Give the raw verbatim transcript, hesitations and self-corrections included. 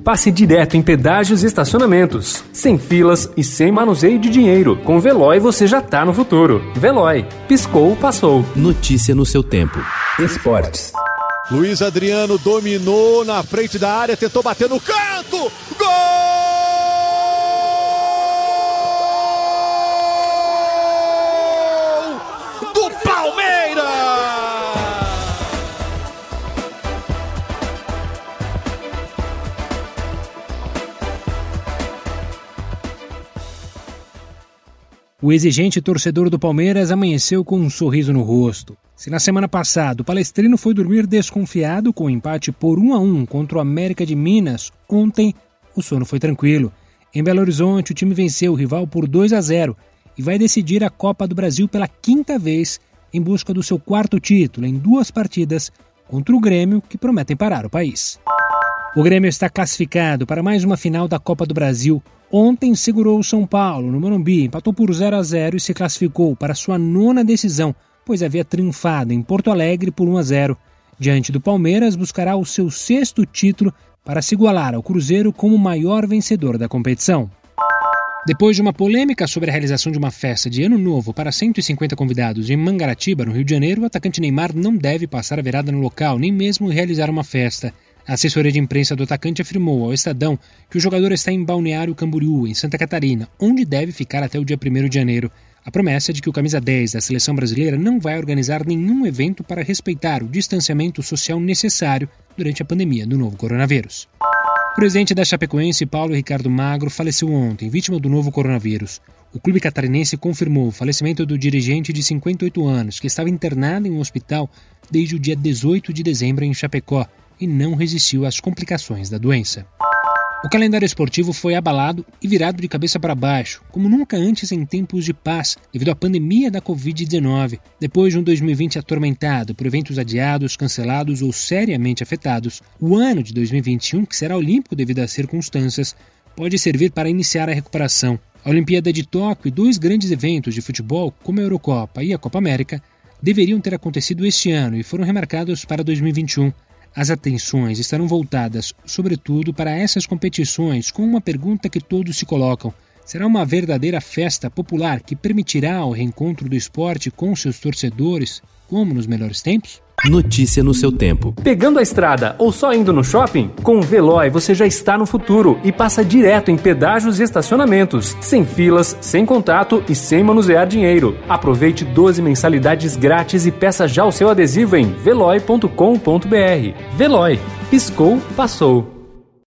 passe direto em pedágios e estacionamentos. Sem filas e sem manuseio de dinheiro. Com Veloy você já tá no futuro. Veloy. Piscou, passou. Notícia no seu tempo. Esportes. Luiz Adriano dominou na frente da área, tentou bater no canto. Gol! Do Palmeiras! O exigente torcedor do Palmeiras amanheceu com um sorriso no rosto. Se na semana passada o palestrino foi dormir desconfiado com o empate por um a um contra o América de Minas, ontem o sono foi tranquilo. Em Belo Horizonte, o time venceu o rival por dois a zero e vai decidir a Copa do Brasil pela quinta vez em busca do seu quarto título em duas partidas contra o Grêmio, que prometem parar o país. O Grêmio está classificado para mais uma final da Copa do Brasil. Ontem segurou o São Paulo no Morumbi, empatou por zero a zero e se classificou para sua nona decisão, pois havia triunfado em Porto Alegre por um a zero. Diante do Palmeiras, buscará o seu sexto título para se igualar ao Cruzeiro como o maior vencedor da competição. Depois de uma polêmica sobre a realização de uma festa de Ano Novo para cento e cinquenta convidados em Mangaratiba, no Rio de Janeiro, o atacante Neymar não deve passar a virada no local, nem mesmo realizar uma festa. A assessoria de imprensa do atacante afirmou ao Estadão que o jogador está em Balneário Camboriú, em Santa Catarina, onde deve ficar até o dia primeiro de janeiro. A promessa é de que o camisa dez da seleção brasileira não vai organizar nenhum evento para respeitar o distanciamento social necessário durante a pandemia do novo coronavírus. O presidente da Chapecoense, Paulo Ricardo Magro, faleceu ontem, vítima do novo coronavírus. O clube catarinense confirmou o falecimento do dirigente de cinquenta e oito anos, que estava internado em um hospital desde o dia dezoito de dezembro em Chapecó e não resistiu às complicações da doença. O calendário esportivo foi abalado e virado de cabeça para baixo, como nunca antes em tempos de paz, devido à pandemia da covid dezenove. Depois de um dois mil e vinte atormentado por eventos adiados, cancelados ou seriamente afetados, o ano de dois mil e vinte e um, que será olímpico devido às circunstâncias, pode servir para iniciar a recuperação. A Olimpíada de Tóquio e dois grandes eventos de futebol, como a Eurocopa e a Copa América, deveriam ter acontecido este ano e foram remarcados para dois mil e vinte e um. As atenções estarão voltadas, sobretudo, para essas competições com uma pergunta que todos se colocam. Será uma verdadeira festa popular que permitirá o reencontro do esporte com seus torcedores, como nos melhores tempos? Notícia no seu tempo. Pegando a estrada ou só indo no shopping? Com o Veloy você já está no futuro e passa direto em pedágios e estacionamentos, sem filas, sem contato e sem manusear dinheiro. Aproveite doze mensalidades grátis e peça já o seu adesivo em veloy ponto com ponto br. Veloy. Piscou, passou.